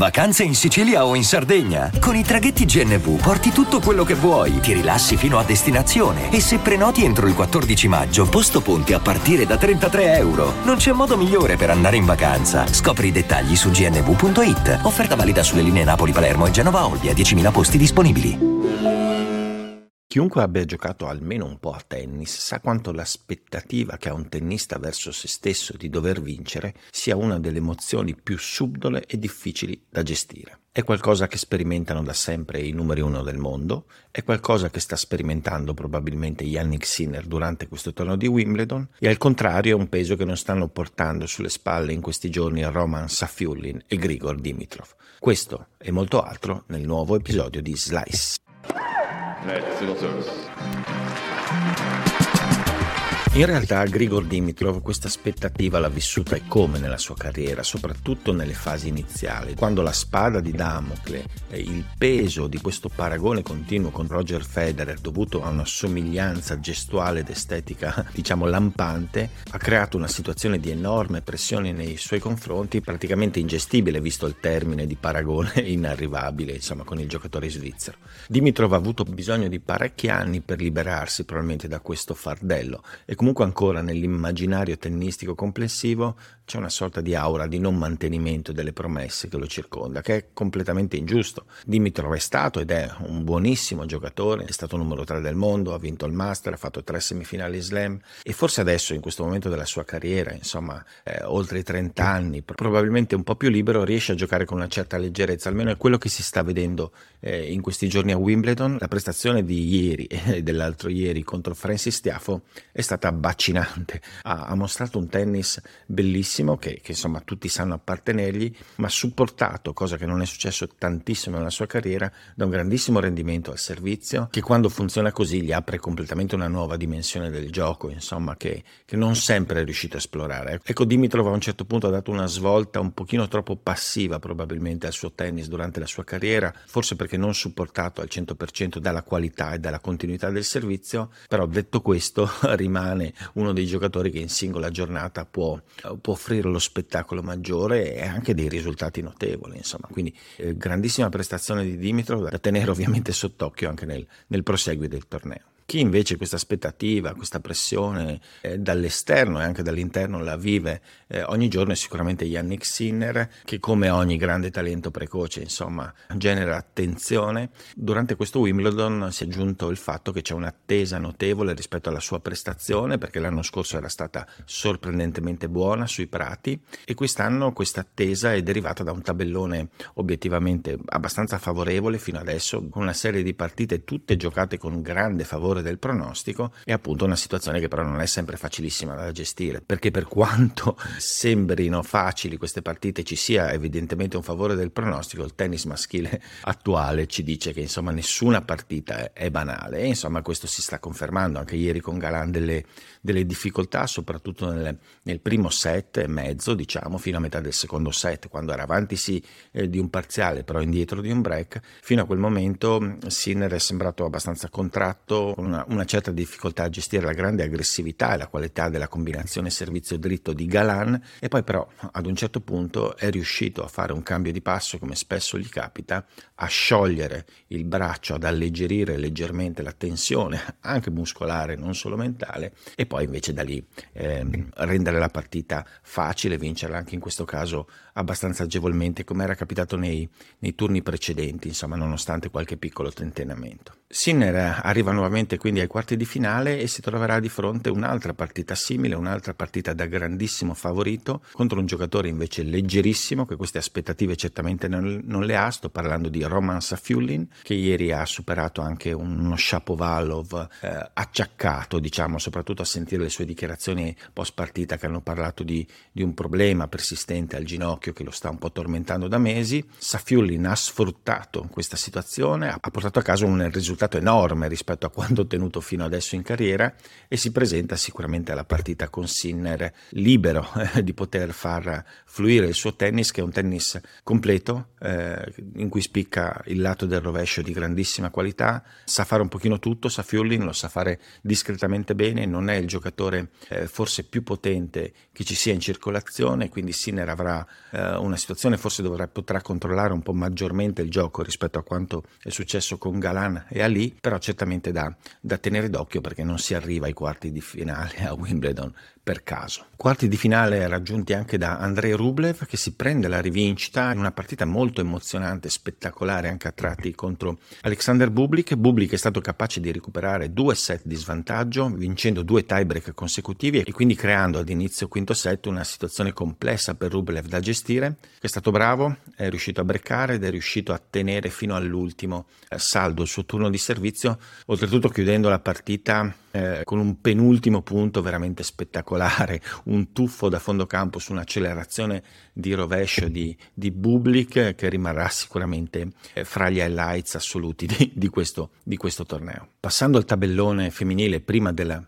Vacanze in Sicilia o in Sardegna? Con i traghetti GNV porti tutto quello che vuoi, ti rilassi fino a destinazione e se prenoti entro il 14 maggio, posto ponti a partire da €33. Non c'è modo migliore per andare in vacanza. Scopri i dettagli su gnv.it. Offerta valida sulle linee Napoli-Palermo e Genova-Olbia, 10.000 posti disponibili. Chiunque abbia giocato almeno un po' a tennis sa quanto l'aspettativa che ha un tennista verso se stesso di dover vincere sia una delle emozioni più subdole e difficili da gestire. È qualcosa che sperimentano da sempre i numeri uno del mondo, è qualcosa che sta sperimentando probabilmente Jannik Sinner durante questo torneo di Wimbledon e al contrario è un peso che non stanno portando sulle spalle in questi giorni Roman Safiullin e Grigor Dimitrov. Questo e molto altro nel nuovo episodio di Slice. In realtà Grigor Dimitrov questa aspettativa l'ha vissuta e come nella sua carriera, soprattutto nelle fasi iniziali, quando la spada di Damocle, il peso di questo paragone continuo con Roger Federer dovuto a una somiglianza gestuale ed estetica diciamo lampante, ha creato una situazione di enorme pressione nei suoi confronti, praticamente ingestibile visto il termine di paragone inarrivabile insomma con il giocatore svizzero. Dimitrov ha avuto bisogno di parecchi anni per liberarsi probabilmente da questo fardello e comunque ancora nell'immaginario tennistico complessivo c'è una sorta di aura di non mantenimento delle promesse che lo circonda, che è completamente ingiusto. Dimitrov è stato ed è un buonissimo giocatore, è stato numero 3 del mondo, ha vinto il Master, ha fatto 3 semifinali Slam e forse adesso in questo momento della sua carriera, insomma oltre i 30 anni, probabilmente un po' più libero, riesce a giocare con una certa leggerezza, almeno è quello che si sta vedendo in questi giorni a Wimbledon. La prestazione di ieri e dell'altro ieri contro Francis Tiafoe è stata abbacinante, ha mostrato un tennis bellissimo che insomma tutti sanno appartenergli, ma supportato, cosa che non è successo tantissimo nella sua carriera, da un grandissimo rendimento al servizio che quando funziona così gli apre completamente una nuova dimensione del gioco, insomma che non sempre è riuscito a esplorare. Ecco, Dimitrov a un certo punto ha dato una svolta un pochino troppo passiva probabilmente al suo tennis durante la sua carriera, forse perché non supportato al 100% dalla qualità e dalla continuità del servizio, però detto questo rimane uno dei giocatori che in singola giornata può offrire lo spettacolo maggiore e anche dei risultati notevoli, insomma, quindi grandissima prestazione di Dimitrov da tenere ovviamente sott'occhio anche nel proseguio del torneo. Chi invece questa aspettativa, questa pressione dall'esterno e anche dall'interno la vive ogni giorno è sicuramente Jannik Sinner, che come ogni grande talento precoce insomma genera attenzione. Durante questo Wimbledon si è aggiunto il fatto che c'è un'attesa notevole rispetto alla sua prestazione, perché l'anno scorso era stata sorprendentemente buona sui prati e quest'anno questa attesa è derivata da un tabellone obiettivamente abbastanza favorevole fino adesso, con una serie di partite tutte giocate con grande favore del pronostico e appunto una situazione che però non è sempre facilissima da gestire, perché per quanto sembrino facili queste partite ci sia evidentemente un favore del pronostico, il tennis maschile attuale ci dice che insomma nessuna partita è banale e insomma questo si sta confermando anche ieri con Galán delle difficoltà soprattutto nel primo set e mezzo, diciamo fino a metà del secondo set, quando era avanti sì di un parziale però indietro di un break. Fino a quel momento Sinner è sembrato abbastanza contratto, una certa difficoltà a gestire la grande aggressività e la qualità della combinazione servizio dritto di Galán e poi però ad un certo punto è riuscito a fare un cambio di passo, come spesso gli capita, a sciogliere il braccio, ad alleggerire leggermente la tensione anche muscolare non solo mentale e poi invece da lì rendere la partita facile, vincerla anche in questo caso abbastanza agevolmente come era capitato nei turni precedenti, insomma nonostante qualche piccolo tentennamento. Sinner arriva nuovamente quindi ai quarti di finale e si troverà di fronte un'altra partita simile, un'altra partita da grandissimo favorito contro un giocatore invece leggerissimo che queste aspettative certamente non le ha. Sto parlando di Roman Safiullin, che ieri ha superato anche uno Shapovalov acciaccato, diciamo, soprattutto a sentire le sue dichiarazioni post partita che hanno parlato di un problema persistente al ginocchio che lo sta un po' tormentando da mesi. Safiullin ha sfruttato questa situazione, ha portato a casa un risultato enorme rispetto a quando risultato ottenuto fino adesso in carriera, e si presenta sicuramente alla partita con Sinner libero di poter far fluire il suo tennis, che è un tennis completo, in cui spicca il lato del rovescio di grandissima qualità, sa fare un pochino tutto, Safiullin lo sa fare discretamente bene, non è il giocatore forse più potente che ci sia in circolazione, quindi Sinner avrà una situazione forse dove potrà controllare un po' maggiormente il gioco rispetto a quanto è successo con Galan e Ali, però certamente da tenere d'occhio, perché non si arriva ai quarti di finale a Wimbledon per caso. Quarti di finale raggiunti anche da Andrei Rublev, che si prende la rivincita in una partita molto emozionante, spettacolare anche a tratti, contro Alexander Bublik. Bublik è stato capace di recuperare 2 set di svantaggio, vincendo 2 tiebreak consecutivi e quindi creando ad inizio quinto set una situazione complessa per Rublev da gestire. È stato bravo, è riuscito a breccare ed è riuscito a tenere fino all'ultimo saldo il suo turno di servizio, oltretutto chiudendo la partita con un penultimo punto veramente spettacolare, un tuffo da fondo campo su un'accelerazione di rovescio di Bublik, che rimarrà sicuramente fra gli highlights assoluti di questo torneo. Passando al tabellone femminile prima della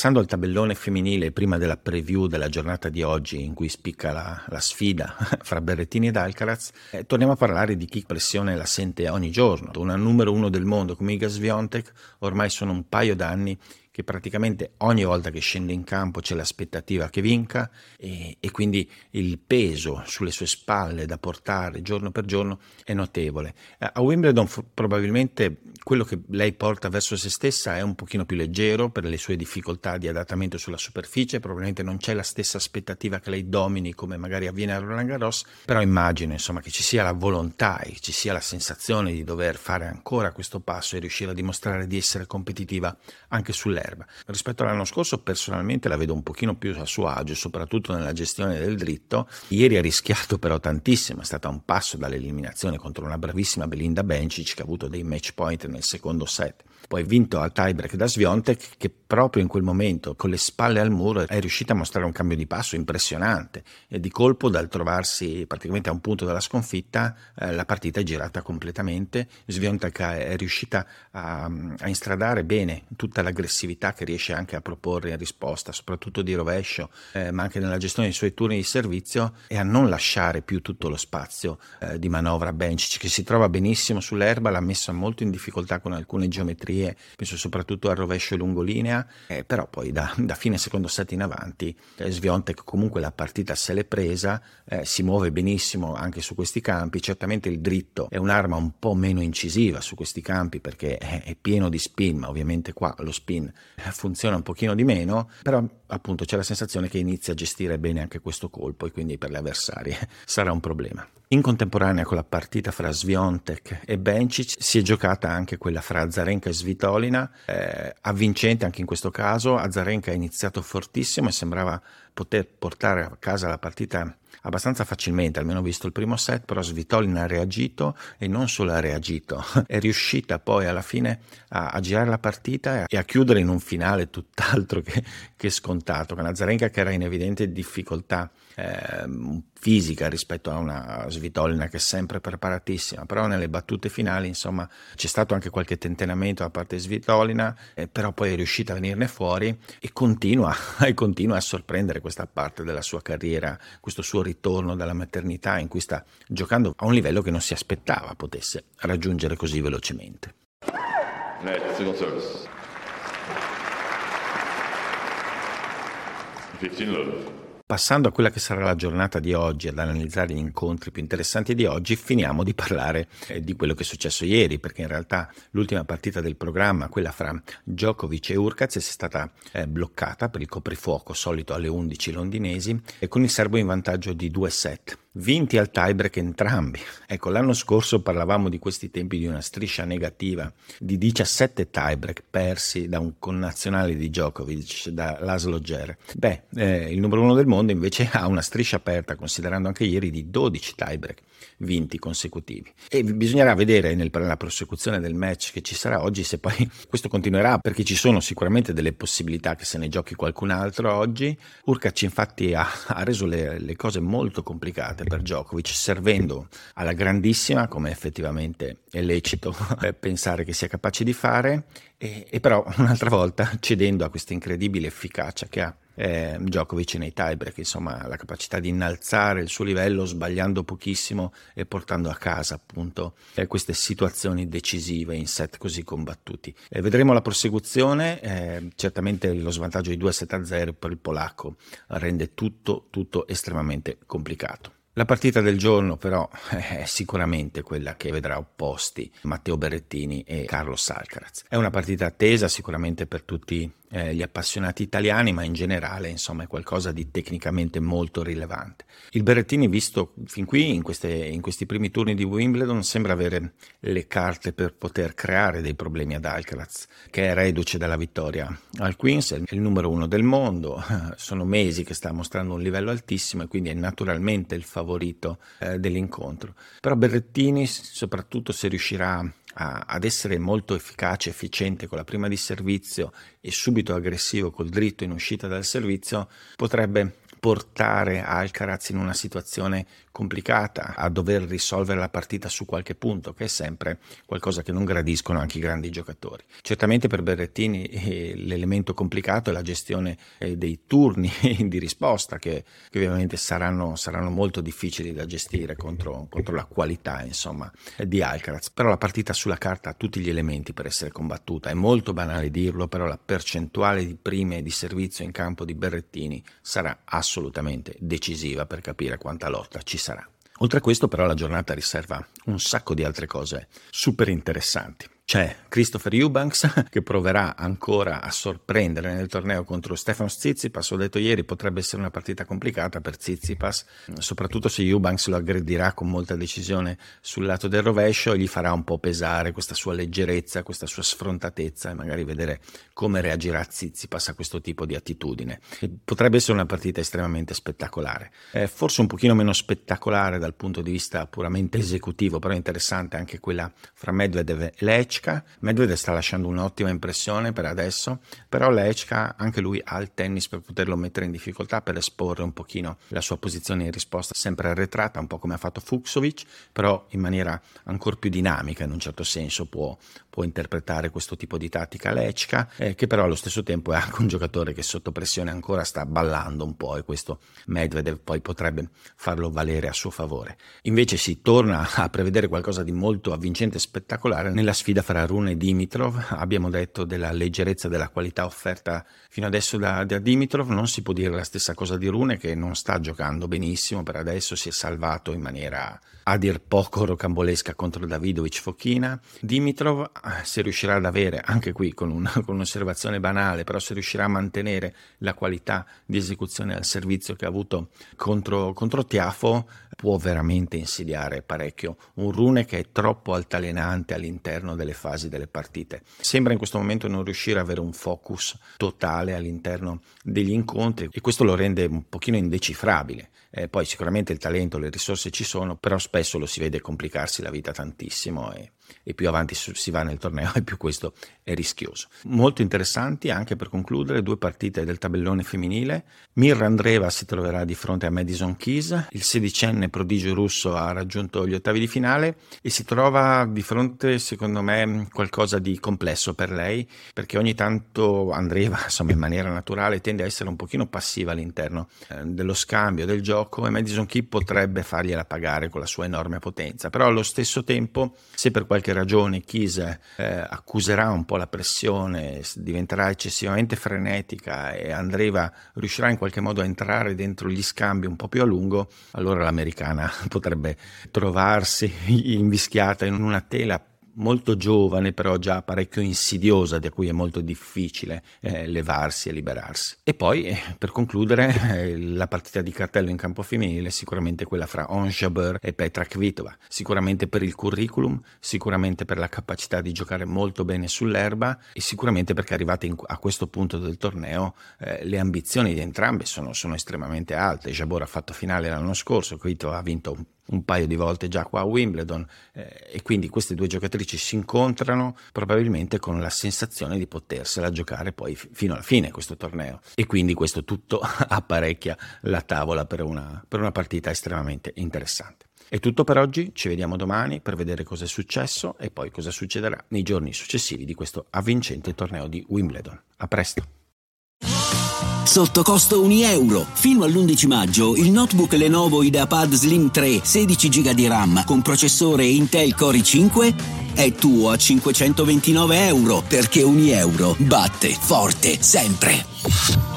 preview della giornata di oggi, in cui spicca la sfida fra Berrettini ed Alcaraz, torniamo a parlare di chi pressione la sente ogni giorno. Una numero 1 del mondo come Iga Swiatek, ormai sono un paio d'anni che praticamente ogni volta che scende in campo c'è l'aspettativa che vinca, e quindi il peso sulle sue spalle da portare giorno per giorno è notevole. A Wimbledon probabilmente quello che lei porta verso se stessa è un pochino più leggero per le sue difficoltà di adattamento sulla superficie, probabilmente non c'è la stessa aspettativa che lei domini come magari avviene a Roland Garros, però immagino insomma che ci sia la volontà e ci sia la sensazione di dover fare ancora questo passo e riuscire a dimostrare di essere competitiva anche sull'erba. Rispetto all'anno scorso personalmente la vedo un pochino più a suo agio, soprattutto nella gestione del dritto. Ieri ha rischiato però tantissimo, è stata un passo dall'eliminazione contro una bravissima Belinda Bencic, che ha avuto dei match point nel secondo set. Poi vinto al tiebreak da Swiatek, che proprio in quel momento con le spalle al muro è riuscita a mostrare un cambio di passo impressionante, e di colpo, dal trovarsi praticamente a un punto dalla sconfitta, la partita è girata completamente. Swiatek è riuscita a instradare bene tutta l'aggressività che riesce anche a proporre in risposta, soprattutto di rovescio, ma anche nella gestione dei suoi turni di servizio, e a non lasciare più tutto lo spazio di manovra a Bencic, che si trova benissimo sull'erba, l'ha messa molto in difficoltà con alcune geometrie, penso soprattutto al rovescio lungolinea, però poi da fine secondo set in avanti Swiatek comunque la partita se l'è presa, si muove benissimo anche su questi campi. Certamente il dritto è un'arma un po' meno incisiva su questi campi, perché è pieno di spin, ma ovviamente qua lo spin funziona un pochino di meno, però appunto c'è la sensazione che inizia a gestire bene anche questo colpo, e quindi per le avversarie sarà un problema. In contemporanea con la partita fra Swiatek e Bencic si è giocata anche quella fra Azarenka e Svitolina, avvincente anche in questo caso. Azarenka ha iniziato fortissimo e sembrava poter portare a casa la partita abbastanza facilmente, almeno visto il primo set, però Svitolina ha reagito, e non solo ha reagito, è riuscita poi alla fine a girare la partita e a chiudere in un finale tutt'altro che scontato, con Azarenka che era in evidente difficoltà fisica rispetto a una Svitolina che è sempre preparatissima, però nelle battute finali insomma c'è stato anche qualche tentennamento da parte di Svitolina, però poi è riuscita a venirne fuori e continua a sorprendere questa parte della sua carriera, questo suo ritorno dalla maternità, in cui sta giocando a un livello che non si aspettava potesse raggiungere così velocemente. Single service. 15 love. Passando a quella che sarà la giornata di oggi, ad analizzare gli incontri più interessanti di oggi, finiamo di parlare di quello che è successo ieri, perché in realtà l'ultima partita del programma, quella fra Djokovic e Hurkacz, è stata bloccata per il coprifuoco solito alle 11 londinesi, e con il serbo in vantaggio di 2 set. Vinti al tiebreak entrambi. Ecco, l'anno scorso parlavamo di questi tempi di una striscia negativa di 17 tiebreak persi da un connazionale di Djokovic, da Laszlo Djere. Il numero 1 del mondo invece ha una striscia aperta, considerando anche ieri, di 12 tiebreak vinti consecutivi. E bisognerà vedere nella prosecuzione del match che ci sarà oggi se poi questo continuerà, perché ci sono sicuramente delle possibilità che se ne giochi qualcun altro oggi. Hurkacz infatti ha reso le cose molto complicate importante per Djokovic, servendo alla grandissima, come effettivamente è lecito pensare che sia capace di fare, e però un'altra volta cedendo a questa incredibile efficacia che ha Djokovic nei tiebreak, insomma la capacità di innalzare il suo livello sbagliando pochissimo e portando a casa appunto queste situazioni decisive in set così combattuti. Vedremo la prosecuzione, certamente lo svantaggio di 2-7-0 per il polacco rende tutto estremamente complicato. La partita del giorno però è sicuramente quella che vedrà opposti Matteo Berrettini e Carlos Alcaraz. È una partita attesa sicuramente per tutti gli appassionati italiani, ma in generale insomma è qualcosa di tecnicamente molto rilevante. Il Berrettini, visto fin qui in questi primi turni di Wimbledon, sembra avere le carte per poter creare dei problemi ad Alcaraz, che è reduce dalla vittoria al Queens, è il numero 1 del mondo, sono mesi che sta mostrando un livello altissimo e quindi è naturalmente il favorito dell'incontro. Però Berrettini, soprattutto se riuscirà ad essere molto efficace, efficiente con la prima di servizio e subito aggressivo col dritto in uscita dal servizio, potrebbe portare Alcaraz in una situazione complicata, a dover risolvere la partita su qualche punto, che è sempre qualcosa che non gradiscono anche i grandi giocatori. Certamente per Berrettini l'elemento complicato è la gestione dei turni di risposta, che ovviamente saranno molto difficili da gestire contro la qualità insomma di Alcaraz. Però la partita sulla carta ha tutti gli elementi per essere combattuta, è molto banale dirlo, però la percentuale di prime di servizio in campo di Berrettini sarà assolutamente decisiva per capire quanta lotta ci sarà. Oltre a questo però la giornata riserva un sacco di altre cose super interessanti. C'è Christopher Eubanks che proverà ancora a sorprendere nel torneo contro Stefanos Tsitsipas. Ho detto ieri potrebbe essere una partita complicata per Tsitsipas, soprattutto se Eubanks lo aggredirà con molta decisione sul lato del rovescio e gli farà un po' pesare questa sua leggerezza, questa sua sfrontatezza, e magari vedere come reagirà Tsitsipas a questo tipo di attitudine. E potrebbe essere una partita estremamente spettacolare, forse un pochino meno spettacolare dal punto di vista puramente esecutivo, però interessante anche quella fra Medvedev e Lech. Medvedev sta lasciando un'ottima impressione per adesso, però Lechka anche lui ha il tennis per poterlo mettere in difficoltà, per esporre un pochino la sua posizione in risposta sempre arretrata, un po' come ha fatto Fucsovic, però in maniera ancora più dinamica, in un certo senso può interpretare questo tipo di tattica Lechka, che però allo stesso tempo è anche un giocatore che sotto pressione ancora sta ballando un po', e questo Medvedev poi potrebbe farlo valere a suo favore. Invece si torna a prevedere qualcosa di molto avvincente e spettacolare nella sfida fra Rune e Dimitrov. Abbiamo detto della leggerezza, della qualità offerta fino adesso da Dimitrov, non si può dire la stessa cosa di Rune, che non sta giocando benissimo per adesso, si è salvato in maniera a dir poco rocambolesca contro Davidovic Fokina. Dimitrov, se riuscirà ad avere, anche qui con un'osservazione banale, però se riuscirà a mantenere la qualità di esecuzione al servizio che ha avuto contro Tiafoe, può veramente insidiare parecchio un Rune che è troppo altalenante all'interno delle fasi delle partite. Sembra in questo momento non riuscire ad avere un focus totale all'interno degli incontri, e questo lo rende un pochino indecifrabile. Poi sicuramente il talento, le risorse ci sono, però spesso lo si vede complicarsi la vita tantissimo, e più avanti si va nel torneo e più questo è rischioso. Molto interessanti anche per concludere 2 partite del tabellone femminile. Mirra Andreeva si troverà di fronte a Madison Keys, il 16enne prodigio russo ha raggiunto gli ottavi di finale e si trova di fronte, secondo me, qualcosa di complesso per lei, perché ogni tanto Andreeva, insomma, in maniera naturale tende a essere un pochino passiva all'interno dello scambio, del gioco, e Madison Keys potrebbe fargliela pagare con la sua enorme potenza. Però allo stesso tempo, se per qualche ragione Keys accuserà un po' la pressione, diventerà eccessivamente frenetica e Andreeva riuscirà in qualche modo a entrare dentro gli scambi un po' più a lungo, allora l'americana potrebbe trovarsi invischiata in una tela molto giovane, però già parecchio insidiosa, da cui è molto difficile levarsi e liberarsi. E poi per concludere la partita di cartello in campo femminile, sicuramente quella fra Ons Jabeur e Petra Kvitova, sicuramente per il curriculum, sicuramente per la capacità di giocare molto bene sull'erba, e sicuramente perché arrivate a questo punto del torneo le ambizioni di entrambe sono estremamente alte. Jabeur ha fatto finale l'anno scorso, Kvitova ha vinto un paio di volte già qua a Wimbledon, e quindi queste due giocatrici si incontrano probabilmente con la sensazione di potersela giocare poi fino alla fine questo torneo, e quindi questo tutto apparecchia la tavola per una partita estremamente interessante. È tutto per oggi, ci vediamo domani per vedere cosa è successo e poi cosa succederà nei giorni successivi di questo avvincente torneo di Wimbledon. A presto! Sotto costo €1. Fino all'11 maggio il notebook Lenovo IdeaPad Slim 3 16 GB di RAM con processore Intel Core i5 è tuo a €529, perché €1 batte forte sempre.